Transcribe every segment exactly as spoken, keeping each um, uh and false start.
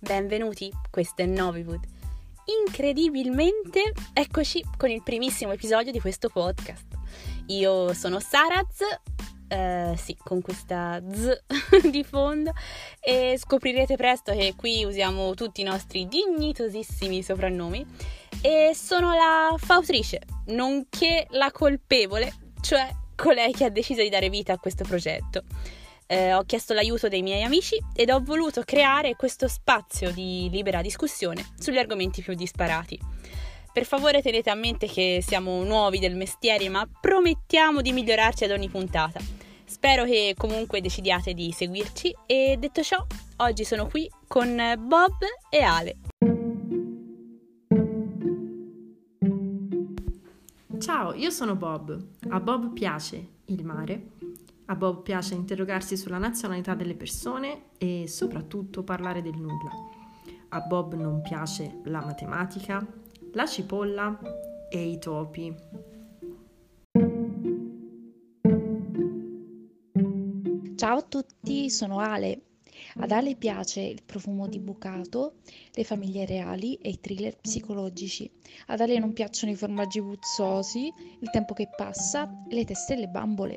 Benvenuti, questo è Noviwood. Incredibilmente, eccoci con il primissimo episodio di questo podcast. Io sono Saraz, eh, sì, con questa Z di fondo, e scoprirete presto che qui usiamo tutti i nostri dignitosissimi soprannomi, e sono la fautrice, nonché la colpevole, cioè colei che ha deciso di dare vita a questo progetto. Eh, ho chiesto l'aiuto dei miei amici ed ho voluto creare questo spazio di libera discussione sugli argomenti più disparati. Per favore tenete a mente che siamo nuovi del mestiere, ma promettiamo di migliorarci ad ogni puntata. Spero che comunque decidiate di seguirci e detto ciò, oggi sono qui con Bob e Ale. Ciao, io sono Bob. A Bob piace il mare. A Bob piace interrogarsi sulla nazionalità delle persone e soprattutto parlare del nulla. A Bob non piace la matematica, la cipolla e i topi. Ciao a tutti, sono Ale. Ad Ale piace il profumo di bucato, le famiglie reali e i thriller psicologici. Ad Ale non piacciono i formaggi puzzosi, il tempo che passa e le testelle bambole.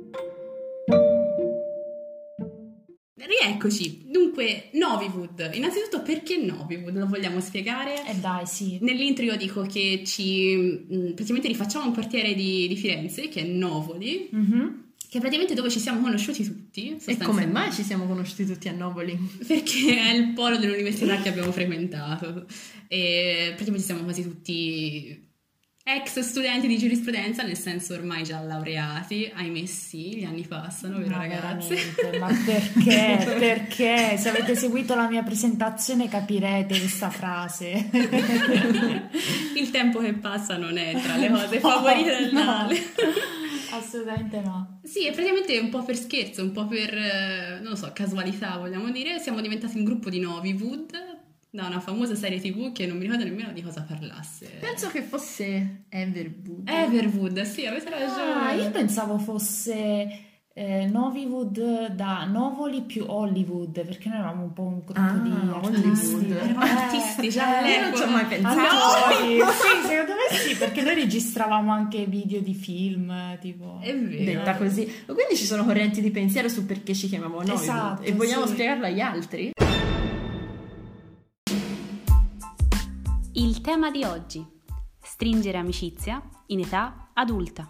Rieccoci, dunque Noviwood, innanzitutto perché Noviwood? Lo vogliamo spiegare? Eh dai, sì. Nell'intro io dico che ci mh, praticamente rifacciamo un quartiere di, di Firenze che è Novoli, Mm-hmm. che è praticamente dove ci siamo conosciuti tutti. E come mai ci siamo conosciuti tutti a Novoli? Perché è il polo dell'università che abbiamo frequentato e praticamente siamo quasi tutti ex studenti di giurisprudenza, nel senso ormai già laureati, ahimè sì, gli anni passano, vero Ma ragazze? veramente, ma perché? Perché? Se avete seguito la mia presentazione capirete questa frase. Il tempo che passa non è tra le cose favorite del no. Nale. Assolutamente no. Sì, è praticamente un po' per scherzo, un po' per, eh, non lo so, casualità vogliamo dire, siamo diventati un gruppo di Noviwood da una famosa serie tv che non mi ricordo nemmeno di cosa parlasse. Penso che fosse Everwood. Everwood, sì, avete ragione. Ah, io pensavo fosse eh, Noviwood da Novoli più Hollywood, perché noi eravamo un po' un gruppo Ah, di artisti. Hollywood. Eravamo artisti già eh, Io non ci ho mai pensato. attori. Sì, secondo me sì, perché noi registravamo anche video di film, tipo. È vero. Detta così. Quindi ci sono correnti di pensiero su perché ci chiamiamo Novoli. Esatto, E vogliamo sì. spiegarlo agli altri? Il tema di oggi: stringere amicizia in età adulta.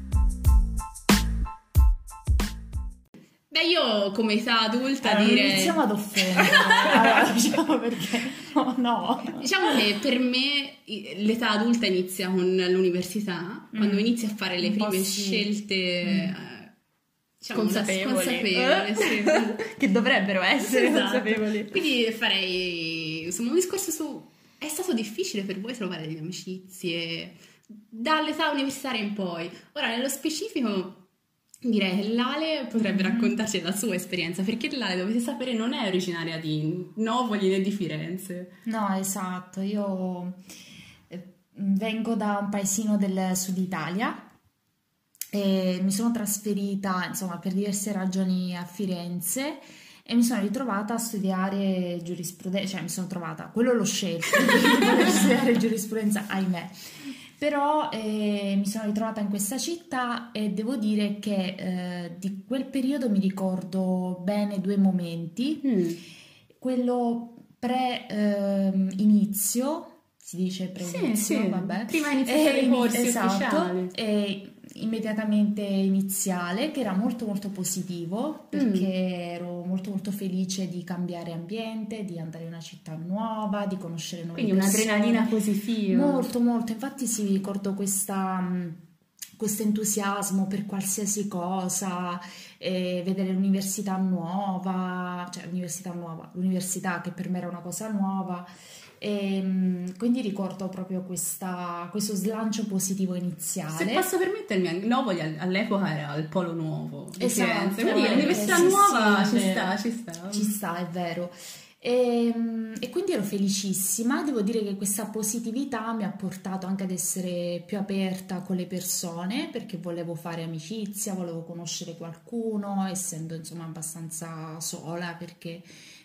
Beh, io come età adulta Allora, direi... iniziamo ad offendere. Allora, diciamo perché no, no. Diciamo che per me i- l'età adulta inizia con l'università, quando Mm. inizi a fare le Un po' prime sì. scelte eh, diciamo, Consapevoli. consapevoli, sì. Che dovrebbero essere Esatto. consapevoli. Quindi farei insomma un discorso su: è stato difficile per voi trovare delle amicizie dall'età universitaria in poi? Ora, nello specifico direi che Lale potrebbe Mm-hmm. raccontarci la sua esperienza, perché Lale, dovete sapere, non è originaria di Novoli né di Firenze. No, esatto, io eh, vengo da un paesino del sud Italia e mi sono trasferita, insomma, per diverse ragioni a Firenze e mi sono ritrovata a studiare giurisprudenza, cioè mi sono trovata, quello l'ho scelto, di poter studiare giurisprudenza, ahimè. Però eh, mi sono ritrovata in questa città e devo dire che eh, di quel periodo mi ricordo bene due momenti. Quello pre-inizio, si dice pre-inizio, Sì, sì. vabbè. Prima iniziare i corsi esatto, ufficiali. e immediatamente iniziale, che era molto molto positivo, perché ero molto molto felice di cambiare ambiente, di andare in una città nuova, di conoscere nuove Quindi persone. un'adrenalina positiva. Molto, molto. Infatti sì, ricordo questa, mh, questo entusiasmo per qualsiasi cosa, eh, vedere l'università nuova, cioè l'università nuova, l'università che per me era una cosa nuova. E, mh, quindi ricordo proprio questa, questo slancio positivo iniziale. Se posso permettermi, Novoli all- all'epoca era il polo nuovo di Esatto, Firenze, quindi eh, l'università sì, nuova sì, ci è sta, vero. ci sta. Ci sta, è vero. E, e quindi ero felicissima, devo dire che questa positività mi ha portato anche ad essere più aperta con le persone, perché volevo fare amicizia, volevo conoscere qualcuno, essendo insomma abbastanza sola, perché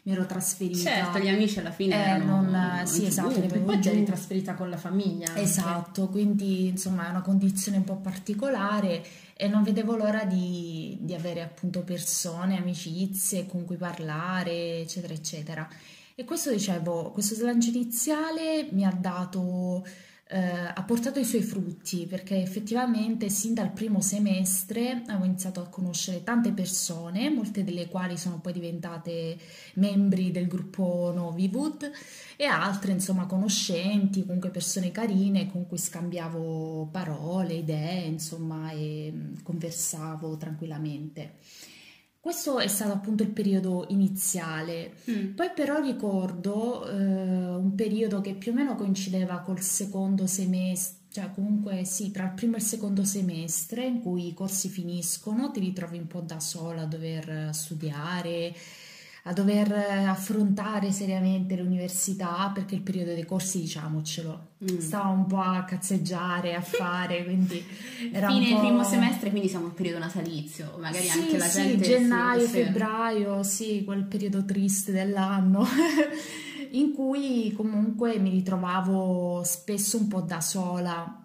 mi ero trasferita. Certo, gli amici alla fine eh, erano non, non sì, esatto, ne poi avevo ti eri giù. trasferita con la famiglia anche. Esatto, quindi insomma è una condizione un po' particolare e non vedevo l'ora di, di avere appunto persone, amicizie con cui parlare, eccetera, eccetera. E questo dicevo, questo slancio iniziale mi ha dato, eh, ha portato i suoi frutti perché effettivamente sin dal primo semestre avevo iniziato a conoscere tante persone, molte delle quali sono poi diventate membri del gruppo Noviwood e altre insomma conoscenti, comunque persone carine con cui scambiavo parole, idee, insomma, e mm, conversavo tranquillamente. Questo è stato appunto il periodo iniziale. Mm. Poi però ricordo eh, un periodo che più o meno coincideva col secondo semestre, cioè comunque sì, tra il primo e il secondo semestre in cui i corsi finiscono, ti ritrovi un po' da sola a dover studiare, a dover affrontare seriamente l'università, perché il periodo dei corsi, diciamocelo, Mm. stava un po' a cazzeggiare, a fare, quindi era un Fine po'... primo semestre, quindi siamo in periodo natalizio, magari Sì, anche la sì, gente gennaio, sì, sì. febbraio, sì, quel periodo triste dell'anno in cui comunque mi ritrovavo spesso un po' da sola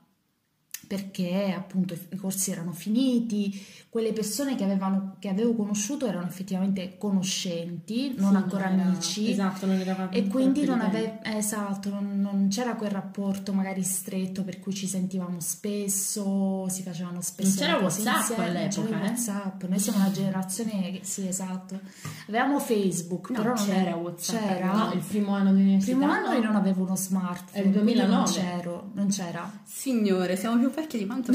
perché appunto i corsi erano finiti, quelle persone che avevano, che avevo conosciuto erano effettivamente conoscenti, non Sì, ancora non era- amici. esatto, non eravate E quindi ancora non, più ave- esatto, non, non c'era quel rapporto magari stretto per cui ci sentivamo spesso, si facevano spesso Non c'era le cose WhatsApp insieme, non all'epoca, c'era eh? WhatsApp. Noi siamo una generazione che, sì, esatto. Avevamo Facebook, No, però non c'era è- WhatsApp, c'era. No, il primo anno di Il università primo anno no? io non avevo uno smartphone, È il quindi non duemilanove. c'ero, non c'era. Signore, siamo più vecchi di quanto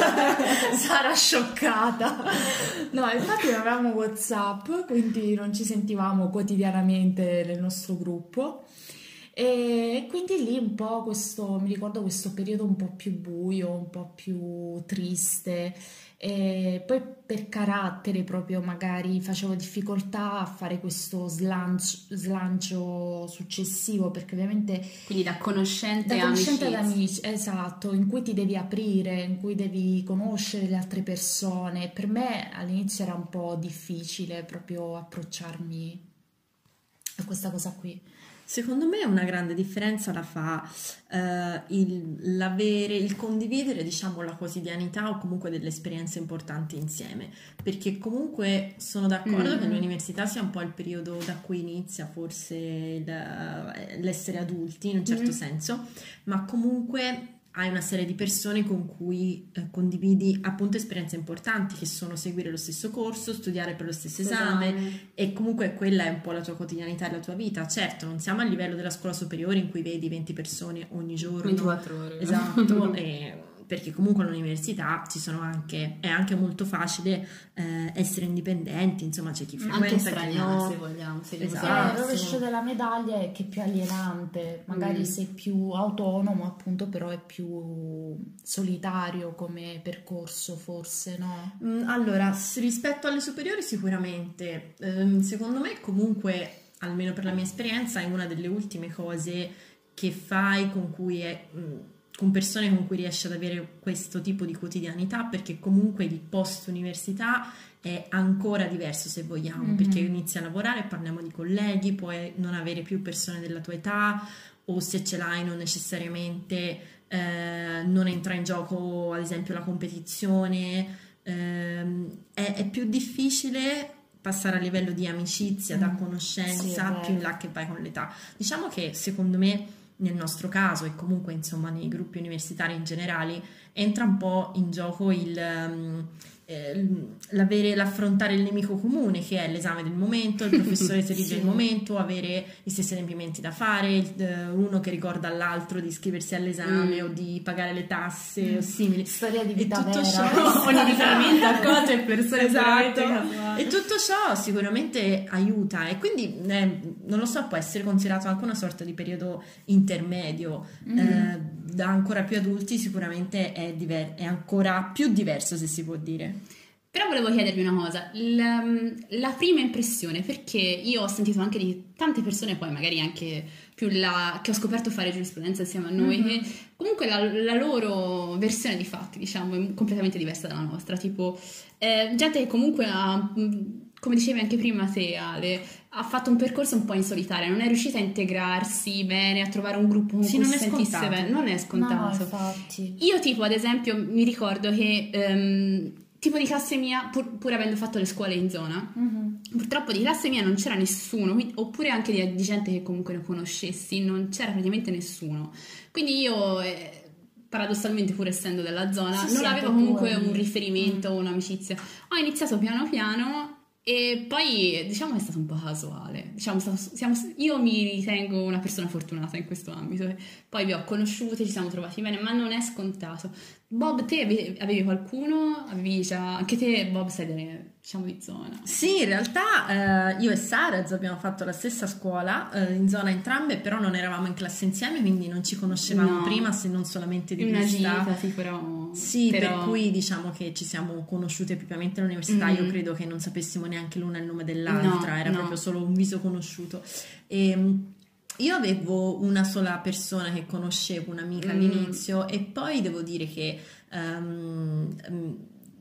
Sarà scioccata. No, infatti non avevamo WhatsApp, quindi non ci sentivamo quotidianamente nel nostro gruppo. E quindi lì un po' questo, mi ricordo questo periodo un po' più buio, un po' più triste. E poi per carattere proprio magari facevo difficoltà a fare questo slancio, slancio successivo, perché ovviamente quindi da conoscente da a conoscente ad amicizia. amici, esatto, in cui ti devi aprire, in cui devi conoscere le altre persone. Per me all'inizio era un po' difficile proprio approcciarmi a questa cosa qui. Secondo me una grande differenza la fa eh, il, l'avere, il condividere, diciamo, la quotidianità o comunque delle esperienze importanti insieme, perché comunque sono d'accordo Mm. che l'università sia un po' il periodo da cui inizia forse il- l'essere adulti in un certo Mm. senso, ma comunque hai una serie di persone con cui eh, condividi appunto esperienze importanti che sono seguire lo stesso corso, studiare per lo stesso esame, e comunque quella è un po' la tua quotidianità e la tua vita. Certo, non siamo a livello della scuola superiore in cui vedi venti persone ogni giorno. ventiquattro ore. Esatto, e- perché comunque all'università ci sono anche, è anche molto facile eh, essere indipendenti, insomma c'è chi Anche frequenta, chi straniare, no. se vogliamo. Se Esatto. Eh, vogliamo. il rovescio della medaglia è che è più alienante, magari Mm. sei più autonomo, appunto, però è più solitario come percorso, forse, no? Mm, Allora, s- rispetto alle superiori sicuramente, Ehm, secondo me comunque, almeno per la mia esperienza, è una delle ultime cose che fai con cui è, mm, con persone con cui riesci ad avere questo tipo di quotidianità, perché comunque il post università è ancora diverso, se vogliamo, Mhm. perché inizi a lavorare, parliamo di colleghi, puoi non avere più persone della tua età, o se ce l'hai non necessariamente eh, non entra in gioco ad esempio la competizione. Ehm, è, è più difficile passare a livello di amicizia, da Mm. conoscenza, Sì, è vero. più in là che vai con l'età. Diciamo che secondo me nel nostro caso e comunque insomma nei gruppi universitari in generale entra un po' in gioco il, ehm, eh, l'avere, l'affrontare il nemico comune, che è l'esame del momento, il professore ti dirige Sì. il momento, avere gli stessi adempimenti da fare, il- eh, uno che ricorda all'altro di iscriversi all'esame Mm. o di pagare le tasse Mm. o simili. Storia di E vita tutto vera. ciò Ogni riferimento a cose e persone Esatto. veramente casuali. E tutto ciò sicuramente aiuta, e quindi eh, non lo so, può essere considerato anche una sorta di periodo intermedio. Mm. Eh, da ancora più adulti sicuramente è, diver- è ancora più diverso, se si può dire. Però volevo chiedervi una cosa, la, la prima impressione, perché io ho sentito anche di tante persone, poi magari anche più là, che ho scoperto fare giurisprudenza insieme a noi, Mhm. che comunque la, la loro versione di fatti, diciamo, è completamente diversa dalla nostra, tipo eh, gente che comunque ha, mh, come dicevi anche prima te Ale, ha fatto un percorso un po' in solitaria, non è riuscita a integrarsi bene, a trovare un gruppo con Sì, cui non si è sentisse scontato. bene, non è No, scontato. infatti. Io tipo ad esempio mi ricordo che ehm, tipo di classe mia, pur, pur avendo fatto le scuole in zona, Mhm. purtroppo di classe mia non c'era nessuno, quindi- oppure anche di, di gente che comunque ne conoscessi, non c'era praticamente nessuno. Quindi io, eh, paradossalmente pur essendo della zona, Sì, non sì, avevo anche comunque tu, un eh. riferimento o un'amicizia. Ho iniziato piano piano e poi diciamo che è stato un po' casuale. Diciamo, stato- siamo- io mi ritengo una persona fortunata in questo ambito. Poi vi ho conosciute, ci siamo trovati bene, ma non è scontato. Bob, te avevi, avevi qualcuno? Avevi già... Anche te, Bob, sei delle- diciamo di zona. Sì, in realtà eh, io e Saraz abbiamo fatto la stessa scuola, eh, in zona entrambe, però non eravamo in classe insieme, quindi non ci conoscevamo No. prima, se non solamente di In una vista. gita, sì, però... Sì, però- per cui diciamo che ci siamo conosciute propriamente all'università. Mm. Io credo che non sapessimo neanche l'una il nome dell'altra, No, era no. proprio solo un viso conosciuto. E, mh, io avevo una sola persona che conoscevo, un'amica Mm. all'inizio, e poi devo dire che ehm, ehm,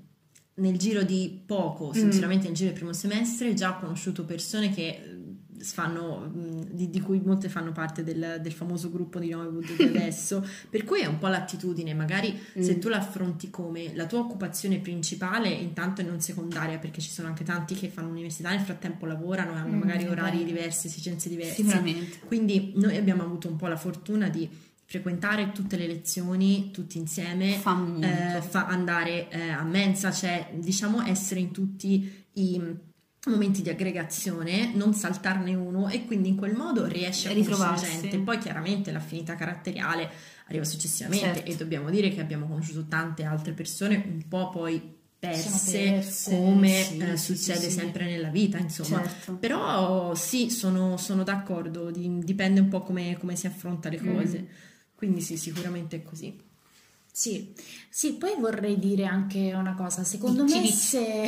nel giro di poco, Mm. sinceramente nel giro del primo semestre, già ho conosciuto persone che eh, fanno, mh, di, di cui molte fanno parte del, del famoso gruppo di Novewood di adesso, per cui è un po' l'attitudine, magari se Mm. tu la affronti come la tua occupazione principale, intanto e non secondaria, perché ci sono anche tanti che fanno l'università, nel frattempo lavorano e hanno Mm, magari è orari vero. diversi, esigenze diverse. Sicuramente. Quindi noi abbiamo avuto un po' la fortuna di frequentare tutte le lezioni tutti insieme, Fa molto. eh, fa andare eh, a mensa, cioè diciamo essere in tutti i momenti di aggregazione, non saltarne uno, e quindi in quel modo riesci a conoscere Ritrovarsi. gente. Poi chiaramente l'affinità caratteriale arriva successivamente, Certo. e dobbiamo dire che abbiamo conosciuto tante altre persone un po' poi perse, Sono perse, come sì, eh, sì, succede sì, sì. sempre nella vita, insomma. Certo. Però sì, sono, sono d'accordo, di- dipende un po' come, come si affronta le cose. Mm. Quindi sì, sicuramente è così. Sì, sì, poi vorrei dire anche una cosa, secondo Dici, me dici. se,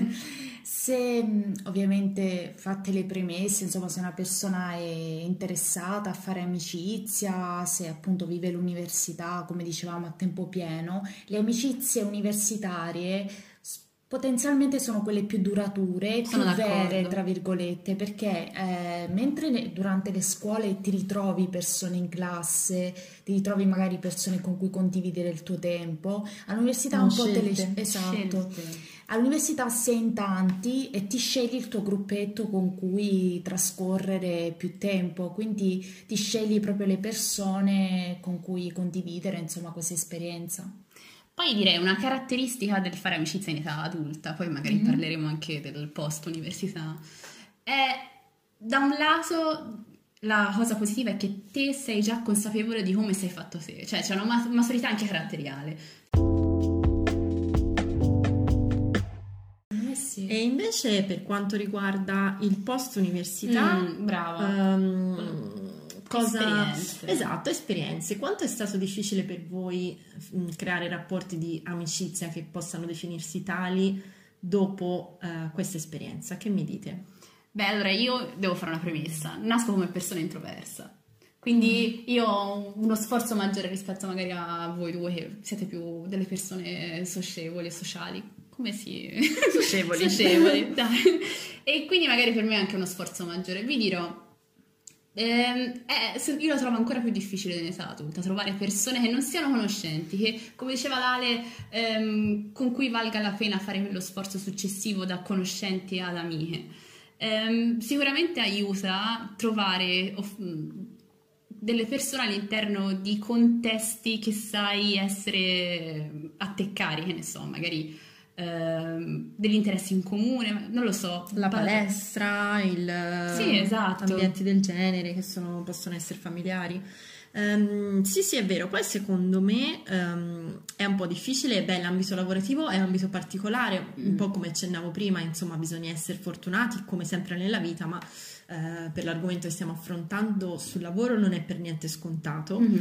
se mh, ovviamente fatte le premesse, insomma se una persona è interessata a fare amicizia, se appunto vive l'università, come dicevamo, a tempo pieno, le amicizie universitarie s- potenzialmente sono quelle più durature e più Sono d'accordo. vere, tra virgolette, perché eh, mentre ne- durante le scuole ti ritrovi persone in classe, ti ritrovi magari persone con cui condividere il tuo tempo, all'università Sono un po' te le... scelte. Esatto. Scelte. All'università sei in tanti e ti scegli il tuo gruppetto con cui trascorrere più tempo, quindi ti scegli proprio le persone con cui condividere, insomma, questa esperienza. Poi direi una caratteristica del fare amicizia in età adulta, poi magari Mhm. parleremo anche del post università, è da un lato la cosa positiva è che te sei già consapevole di come sei fatto te, cioè c'è una ma- maturità anche caratteriale. Secondo me sì. E invece per quanto riguarda il post università, Mm, brava. ehm, cosa... Esperienze. Esatto, esperienze. Quanto è stato difficile per voi mh, creare rapporti di amicizia che possano definirsi tali dopo eh, questa esperienza? Che mi dite? Beh, allora io devo fare una premessa, nasco come persona introversa, quindi io ho uno sforzo maggiore rispetto magari a voi due che siete più delle persone socievoli e sociali, come si... Socievoli. Socievoli, dai. E quindi magari per me è anche uno sforzo maggiore. Vi dirò, ehm, eh, se- io lo trovo ancora più difficile in età adulta, trovare persone che non siano conoscenti, che come diceva Lale, ehm, con cui valga la pena fare quello sforzo successivo da conoscenti ad amiche. Ehm, sicuramente aiuta trovare off- delle persone all'interno di contesti che sai essere atteccari, che ne so, magari ehm, degli interessi in comune, non lo so. La Pa- palestra, il, Sì, esatto. ambienti del genere che sono- possono essere familiari. Ehm, sì, sì, è vero. Poi secondo me ehm, è un po' difficile. Beh, l'ambito lavorativo è un ambito particolare, un Mm. po' come accennavo prima, insomma, bisogna essere fortunati come sempre nella vita, ma eh, per l'argomento che stiamo affrontando sul lavoro non è per niente scontato. Mhm.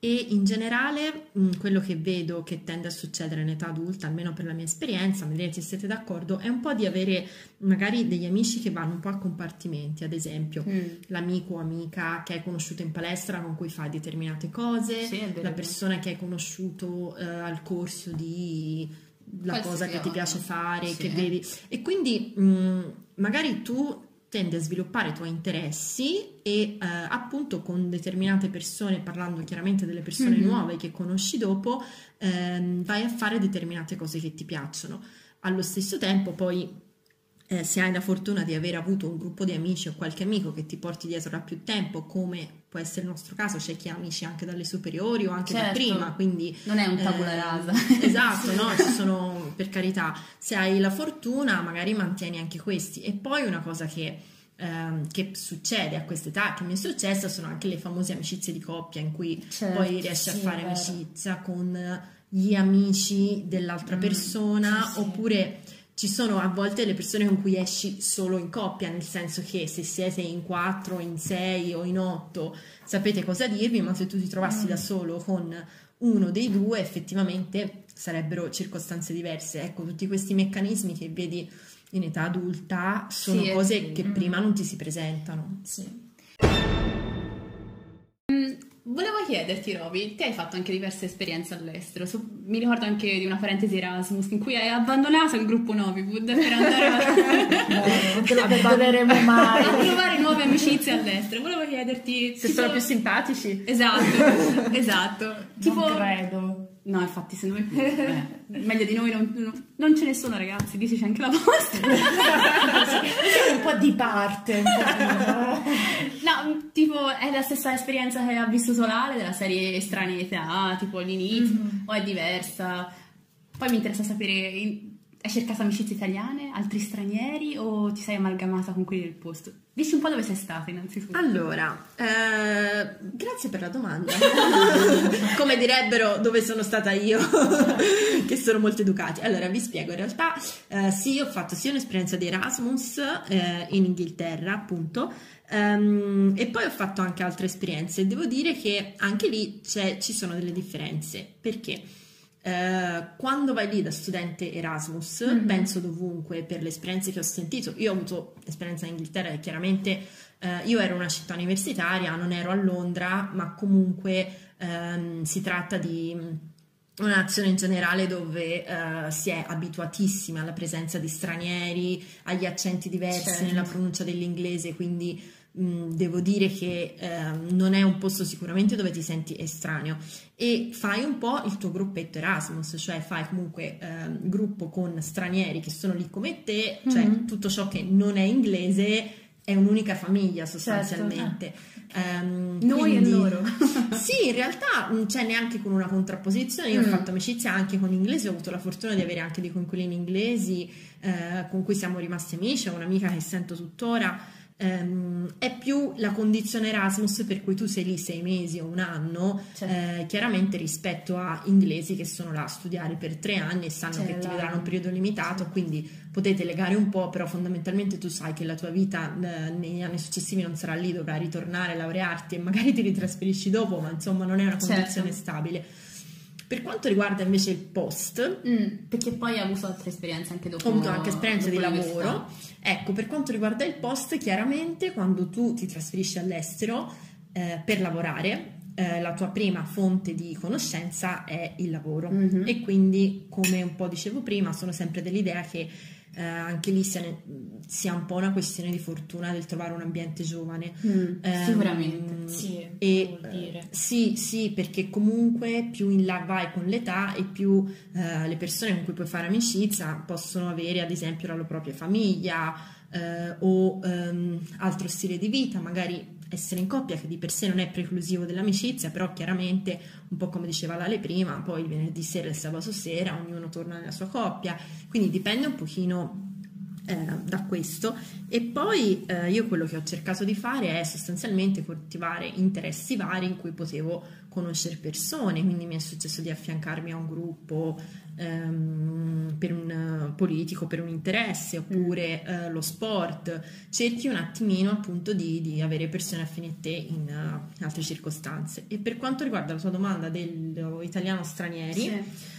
e in generale mh, quello che vedo che tende a succedere in età adulta, almeno per la mia esperienza, mi direte se siete d'accordo, è un po' di avere magari degli amici che vanno un po' a compartimenti, ad esempio mm. l'amico o amica che hai conosciuto in palestra con cui fai determinate cose, sì, la persona che hai conosciuto eh, al corso di la Qualsiasi cosa che ti piace fare, sì. che vedi, e quindi mh, magari tu tendi a sviluppare i tuoi interessi e eh, appunto con determinate persone, parlando chiaramente delle persone mm-hmm. nuove che conosci dopo, ehm, vai a fare determinate cose che ti piacciono. Allo stesso tempo poi eh, se hai la fortuna di aver avuto un gruppo di amici o qualche amico che ti porti dietro da più tempo, come può essere il nostro caso, c'è chi ha amici anche dalle superiori o anche certo. da prima, quindi non è un tabula eh, rasa. Esatto, no, ci sono, per carità, se hai la fortuna magari mantieni anche questi. E poi una cosa che ehm, che succede a quest'età, che mi è successa, sono anche le famose amicizie di coppia, in cui certo, poi riesci sì, a fare amicizia con gli amici dell'altra mm, persona, sì, oppure sì. Ci sono a volte le persone con cui esci solo in coppia, nel senso che se siete in quattro, in sei o in otto sapete cosa dirvi, ma se tu ti trovassi mm. da solo con uno dei due effettivamente sarebbero circostanze diverse. Ecco, tutti questi meccanismi che vedi in età adulta sono sì, cose sì. che mm. prima non ti si presentano. Sì. Volevo chiederti, Roby, te hai fatto anche diverse esperienze all'estero. So, mi ricordo anche di una parentesi Erasmus in cui hai abbandonato il gruppo Noviwood per andare a... non te lo perdoneremo mai a trovare nuove amicizie all'estero. Volevo chiederti se tipo... sono più simpatici. Esatto, esatto. Non tipo... credo. No, infatti, secondo me eh, meglio di noi non, non, non ce ne sono, ragazzi. Diteci anche la vostra. un po' di parte. Un po' di... No, tipo, è la stessa esperienza che ha vissuto l'Ale della serie Strane età, tipo all'inizio, mm-hmm. o è diversa? Poi mi interessa sapere, hai cercato amicizie italiane, altri stranieri, o ti sei amalgamata con quelli del posto? Dici un po' dove sei stata innanzitutto. Allora, eh, grazie per la domanda. Come direbbero dove sono stata io, che sono molto educati. Allora, vi spiego, in realtà eh, sì, ho fatto sia un'esperienza di Erasmus eh, in Inghilterra, appunto, um, e poi ho fatto anche altre esperienze. Devo dire che anche lì c'è, ci sono delle differenze, perché Uh, quando vai lì da studente Erasmus, mm-hmm. penso dovunque, per le esperienze che ho sentito, io ho avuto esperienza in Inghilterra e chiaramente uh, io ero in una città universitaria, non ero a Londra, ma comunque um, si tratta di una nazione in generale dove uh, si è abituatissimi alla presenza di stranieri, agli accenti diversi certo. nella pronuncia dell'inglese, quindi devo dire che eh, non è un posto sicuramente dove ti senti estraneo, e fai un po' il tuo gruppetto Erasmus, cioè fai comunque eh, gruppo con stranieri che sono lì come te, cioè mm-hmm. tutto ciò che non è inglese è un'unica famiglia sostanzialmente. Certo. Um, Noi quindi, e loro. Sì, in realtà non c'è neanche con una contrapposizione. Io mm. ho fatto amicizia anche con inglesi, ho avuto la fortuna di avere anche dei coinquilini inglesi eh, con cui siamo rimasti amici, ho un'amica che sento tuttora. Um, è più la condizione Erasmus per cui tu sei lì sei mesi o un anno, certo. eh, chiaramente rispetto a inglesi che sono là a studiare per tre anni e sanno C'è che ti vedranno un periodo limitato, sì. quindi potete legare un po', però fondamentalmente tu sai che la tua vita eh, negli anni successivi non sarà lì, dovrai ritornare, laurearti e magari ti ritrasferisci dopo, ma insomma non è una condizione certo. stabile. Per quanto riguarda invece il post, mm, perché poi hai avuto altre esperienze anche dopo. Ho avuto anche esperienze di lavoro. Ecco, per quanto riguarda il post, chiaramente quando tu ti trasferisci all'estero eh, per lavorare, eh, la tua prima fonte di conoscenza è il lavoro. Mm-hmm. E quindi, come un po' dicevo prima, sono sempre dell'idea che eh, anche lì sia, ne, sia un po' una questione di fortuna del trovare un ambiente giovane. Mm, eh, sicuramente, sì, e, vuol dire. Eh, sì, sì, perché comunque più in là vai con l'età e più eh, le persone con cui puoi fare amicizia possono avere ad esempio la loro propria famiglia eh, o ehm, altro stile di vita, magari essere in coppia, che di per sé non è preclusivo dell'amicizia, però chiaramente un po' come diceva Lale prima, poi il venerdì sera e il sabato sera ognuno torna nella sua coppia, quindi dipende un pochino eh, da questo. E poi eh, io quello che ho cercato di fare è sostanzialmente coltivare interessi vari in cui potevo conoscere persone, quindi mi è successo di affiancarmi a un gruppo ehm, per un politico, per un interesse, oppure eh, lo sport. Cerchi un attimino appunto di, di avere persone affini a te in uh, altre circostanze. E per quanto riguarda la tua domanda dello italiano stranieri, Sì.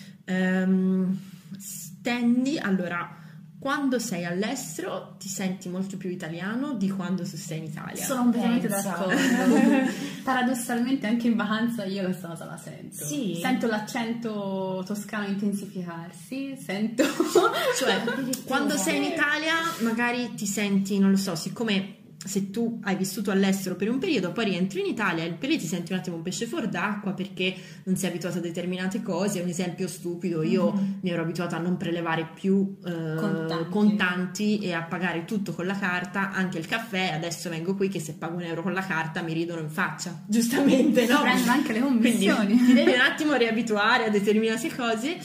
ehm, tendi, allora, quando sei all'estero ti senti molto più italiano di quando tu sei in Italia. Sono completamente Pensa. d'accordo. Paradossalmente anche in vacanza io questa cosa la sento. Sì. Sento l'accento toscano intensificarsi, sento... Cioè, quando sei in Italia magari ti senti, non lo so, siccome se tu hai vissuto all'estero per un periodo, poi rientri in Italia e lì ti senti un attimo un pesce fuor d'acqua perché non sei abituato a determinate cose. Un esempio stupido, io mm-hmm. mi ero abituata a non prelevare più eh, Contanti. contanti e a pagare tutto con la carta, anche il caffè. Adesso vengo qui che se pago un euro con la carta mi ridono in faccia, giustamente, no? Prendono anche le commissioni. Quindi ti devi un attimo riabituare a determinate cose.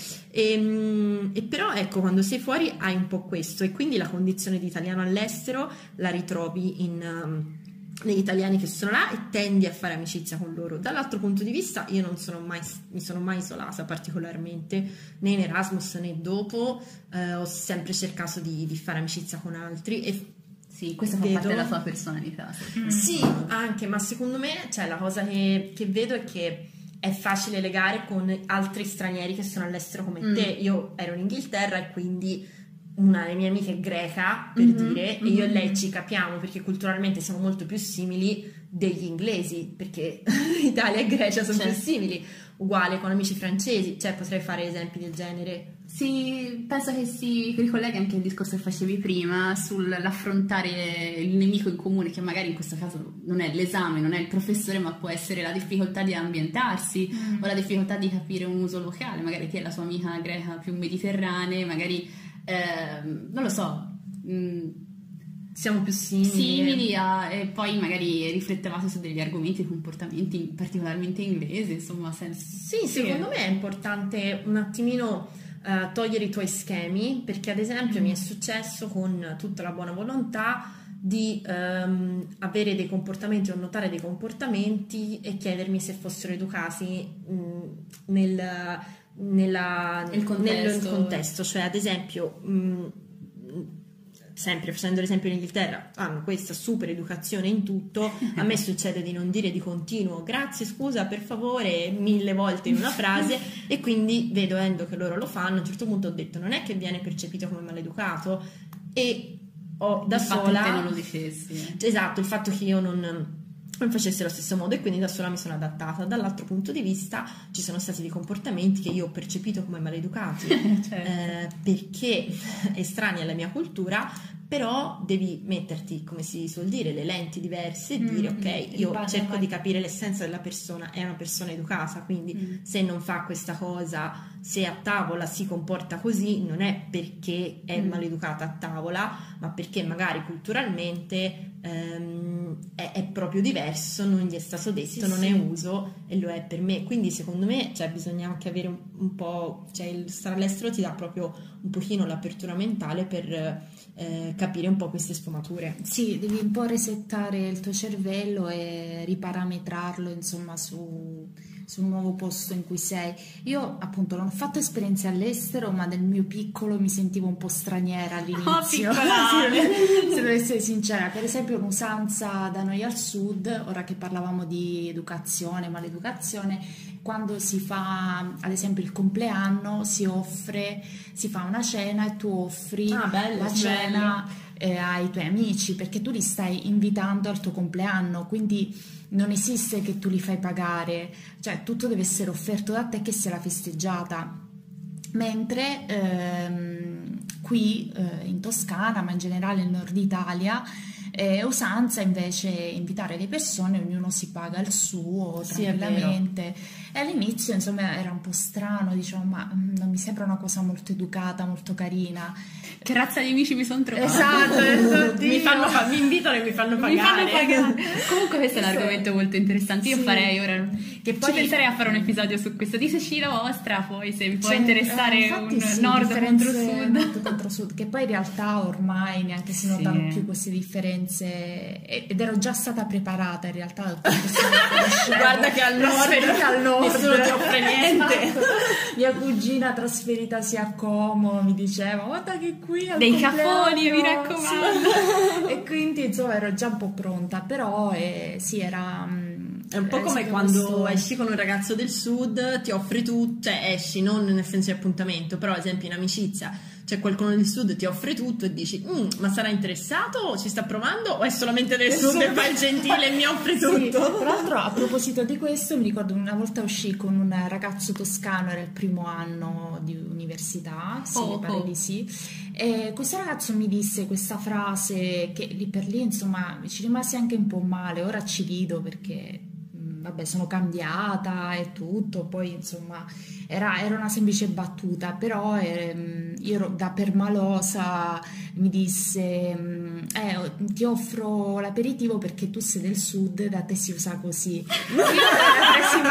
E, e però ecco, quando sei fuori hai un po' questo, e quindi la condizione di italiano all'estero la ritrovi in, um, negli italiani che sono là, e tendi a fare amicizia con loro. Dall'altro punto di vista io non sono mai, mi sono mai isolata particolarmente, né in Erasmus né dopo, eh, ho sempre cercato di, di fare amicizia con altri. E sì, questo fa vedo... parte della tua personalità. Mm. Sì, anche, ma secondo me, cioè, la cosa che, che vedo è che è facile legare con altri stranieri che sono all'estero come mm. te. Io ero in Inghilterra e quindi una delle mie amiche è greca, per mm-hmm, dire, mm-hmm. e io e lei ci capiamo perché culturalmente siamo molto più simili degli inglesi, perché Italia e Grecia sono certo. più simili. Uguale con amici francesi, cioè potrei fare esempi del genere. Sì, penso che si ricolleghi anche al discorso che facevi prima sull'affrontare il nemico in comune, che magari in questo caso non è l'esame, non è il professore, ma può essere la difficoltà di ambientarsi mm. o la difficoltà di capire un uso locale. Magari ti è la tua amica greca più mediterranea, magari eh, non lo so, mh, siamo più simili, simili a, e poi magari riflettevate su degli argomenti e comportamenti particolarmente inglesi, insomma. Senso, sì, secondo me è importante un attimino uh, togliere i tuoi schemi, perché ad esempio mm. mi è successo con tutta la buona volontà di um, avere dei comportamenti o notare dei comportamenti e chiedermi se fossero educati mh, nel, nella, Il contesto. nel contesto, cioè ad esempio mh, sempre facendo l'esempio in Inghilterra hanno questa super educazione in tutto. A me succede di non dire di continuo grazie, scusa, per favore mille volte in una frase, e quindi vedendo che loro lo fanno, a un certo punto ho detto non è che viene percepito come maleducato, e ho da il sola fatto che te non lo dicessi, esatto, il fatto che io non non facesse allo stesso modo, e quindi da sola mi sono adattata. Dall'altro punto di vista ci sono stati dei comportamenti che io ho percepito come maleducati certo. eh, perché estranei alla mia cultura, però devi metterti, come si suol dire, le lenti diverse e mm, dire ok, io cerco di capire l'essenza della persona, è una persona educata, quindi mm. se non fa questa cosa, se a tavola si comporta così, non è perché è mm. maleducata a tavola, ma perché magari culturalmente ehm, è, è proprio diverso, non gli è stato detto, sì, non sì. è uso, e lo è per me. Quindi secondo me, cioè, bisogna anche avere un, un po', cioè il stare all'estero ti dà proprio un pochino l'apertura mentale per eh, capire un po' queste sfumature. Sì, devi un po' resettare il tuo cervello e riparametrarlo, insomma, su sul nuovo posto in cui sei. Io appunto non ho fatto esperienze all'estero, ma nel mio piccolo mi sentivo un po' straniera all'inizio, oh, se, se devo essere sincera. Per esempio un'usanza da noi al sud, ora che parlavamo di educazione, maleducazione, quando si fa ad esempio il compleanno si offre, si fa una cena e tu offri ah, bello, la cena eh, ai tuoi amici, perché tu li stai invitando al tuo compleanno, quindi non esiste che tu li fai pagare, cioè tutto deve essere offerto da te che sia la festeggiata. Mentre ehm, qui eh, in Toscana, ma in generale nel nord Italia, è usanza invece invitare le persone, ognuno si paga il suo tranquillamente. Sì, e all'inizio insomma era un po' strano, diciamo, ma mh, non mi sembra una cosa molto educata, molto carina. Che razza di amici mi sono trovata. Esatto, mi, fanno, mi invitano e mi fanno pagare, mi fanno pagare. Comunque questo è un argomento molto interessante. Io sì. farei ora che poi ci penserei a fare un episodio su questo. Diteci la vostra, poi se vi può cioè, interessare eh, un sì, nord contro sud. Nord contro centro-sud, che poi in realtà ormai neanche si notano Sì. più queste differenze, e- ed ero già stata preparata in realtà da tutto questo. Guarda che al nord, trasferita al nord nessuno ti offre niente. Esatto. Mia cugina trasferitasi a Como mi diceva guarda che qui al Dei compleanno, caffoni, mi raccomando. sì. E quindi insomma ero già un po' pronta, però eh, sì, era mm, È un po' eh, come sempre quando questo- esci con un ragazzo del sud, ti offre tutto, cioè esci non nel senso di appuntamento, però ad esempio in amicizia c'è qualcuno del sud, ti offre tutto e dici "Mm, ma sarà interessato o ci sta provando o è solamente del sud e fa il gentile e mi offre Sì, tutto?" tra l'altro a proposito di questo mi ricordo una volta uscì con un ragazzo toscano, era il primo anno di università, sì, Oh, mi pare oh. di sì, e questo ragazzo mi disse questa frase che lì per lì insomma ci rimase anche un po' male, ora ci rido perché mh, vabbè sono cambiata e tutto, poi insomma era, era una semplice battuta, però ehm, io ero da permalosa, mi disse mh, eh, ti offro l'aperitivo perché tu sei del sud, da te si usa così. Io l'ho presi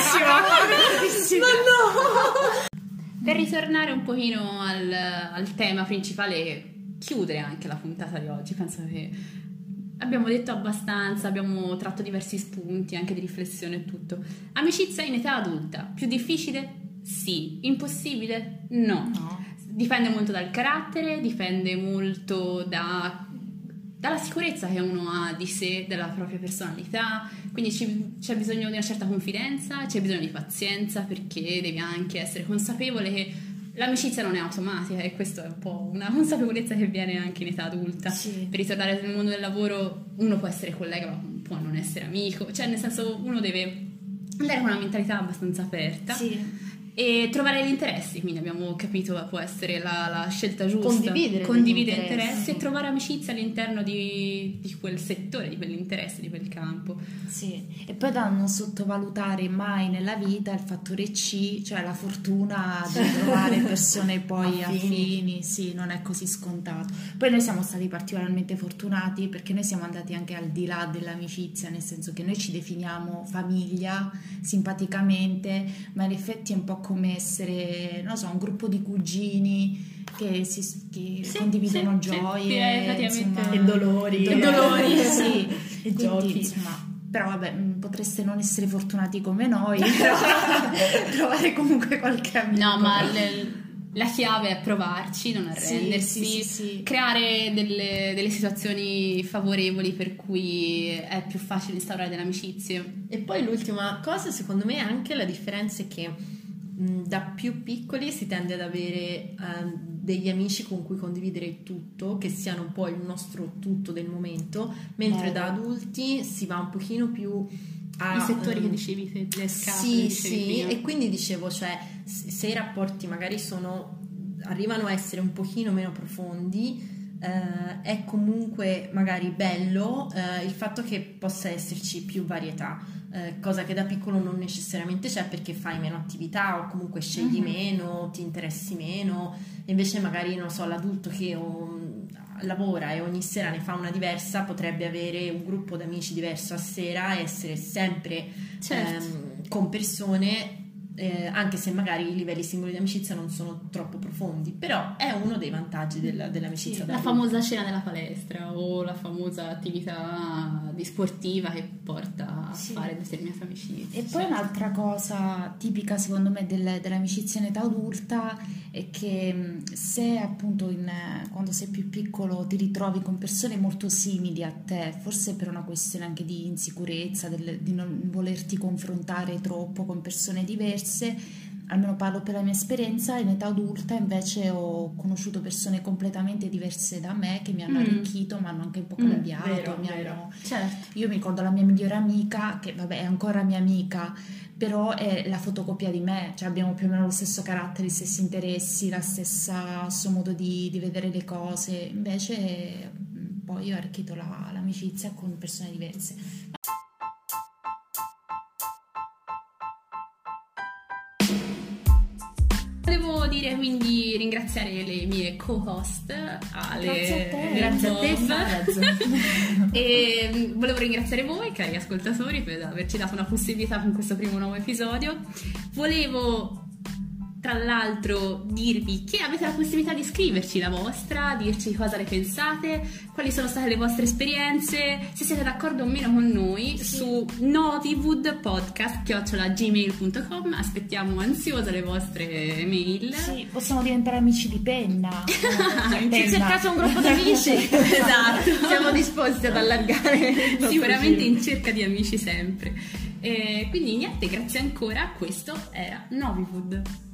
malissimo. Ma no! Per ritornare un pochino al, al tema principale e chiudere anche la puntata di oggi, penso che abbiamo detto abbastanza, abbiamo tratto diversi spunti anche di riflessione e tutto. Amicizia in età adulta, più difficile? Sì. Impossibile? No. No. Dipende molto dal carattere, dipende molto da, dalla sicurezza che uno ha di sé, della propria personalità, quindi ci- c'è bisogno di una certa confidenza, c'è bisogno di pazienza perché devi anche essere consapevole che l'amicizia non è automatica e questa è un po' una consapevolezza che viene anche in età adulta. Sì. Per ritornare nel mondo del lavoro uno può essere collega ma può non essere amico, cioè nel senso uno deve andare con una mentalità abbastanza aperta. Sì. E trovare gli interessi, quindi abbiamo capito può essere la, la scelta giusta. Condividere Condividere degli interessi. interessi e trovare amicizia all'interno di, di quel settore, di quell'interesse, di quel campo. Sì, e poi da non sottovalutare mai nella vita il fattore C, cioè la fortuna di trovare persone poi Affini. affini, sì, non è così scontato. Poi noi siamo stati particolarmente fortunati perché noi siamo andati anche al di là dell'amicizia, nel senso che noi ci definiamo famiglia simpaticamente, ma in effetti è un po' come essere, non so, un gruppo di cugini che, si, che Sì, condividono sì, sì, gioie, sì, è praticamente- insomma, E dolori. e dolori, sì. E Quindi, giochi. insomma, però vabbè, mh, potreste non essere fortunati come noi, però trovare comunque qualche amico. No, ma le- la chiave è provarci, non Sì, arrendersi, sì, sì, sì. creare delle, delle situazioni favorevoli per cui è più facile instaurare delle amicizie. E poi l'ultima cosa, secondo me, è anche la differenza è che mh, da più piccoli si tende ad avere ehm, degli amici con cui condividere tutto, che siano un po' il nostro tutto del momento, mentre Vero. da adulti si va un pochino più a... I settori ehm, che dicevi, te, le scatole, Sì, dicevi sì, prima. e quindi dicevo, cioè, s- se i rapporti magari sono, arrivano a essere un pochino meno profondi, eh, è comunque magari bello eh, il fatto che possa esserci più varietà, eh, cosa che da piccolo non necessariamente c'è perché fai meno attività o comunque scegli Mhm. meno, ti interessi meno, e invece magari, non so, l'adulto che um, lavora e ogni sera ne fa una diversa potrebbe avere un gruppo di amici diverso a sera e essere sempre Certo. ehm, con persone, eh, anche se magari i livelli singoli di amicizia non sono troppo profondi, però è uno dei vantaggi della- dell'amicizia. Sì, da La adulti. famosa cena della palestra o la famosa attività di sportiva che porta a Sì. fare determinate amicizie. E poi un'altra cosa tipica secondo me del- dell'amicizia in età adulta è che mh, se appunto in, eh, quando sei più piccolo ti ritrovi con persone molto simili a te, forse per una questione anche di insicurezza, del- di non volerti confrontare troppo con persone diverse, almeno parlo per la mia esperienza, in età adulta invece ho conosciuto persone completamente diverse da me che mi hanno Mm. arricchito, mi hanno anche un po' Mm, cambiato, vero, mi vero. hanno... Certo. Io mi ricordo la mia migliore amica, che vabbè è ancora mia amica, però è la fotocopia di me, cioè abbiamo più o meno lo stesso carattere, gli stessi interessi, la stessa suo modo di, di vedere le cose, invece mh, poi ho arricchito la- l'amicizia con persone diverse. Volevo dire quindi ringraziare le mie co-host Ale Grazie a te. e Grazie a te, Bob. Saraz. E mm, volevo ringraziare voi cari ascoltatori per averci dato una possibilità con questo primo nuovo episodio. Volevo tra l'altro dirvi che avete la possibilità di scriverci la vostra, dirci cosa ne pensate, quali sono state le vostre esperienze, se siete d'accordo o meno con noi, sì. su noviwoodpodcast chiocciola gmail punto com. Aspettiamo ansiose le vostre mail. Sì, possiamo diventare amici di penna. Se cercate un gruppo di amici, esatto, siamo disposti ad allargare. Sicuramente in cerca di amici sempre. E quindi niente, grazie ancora. Questo era Noviwood.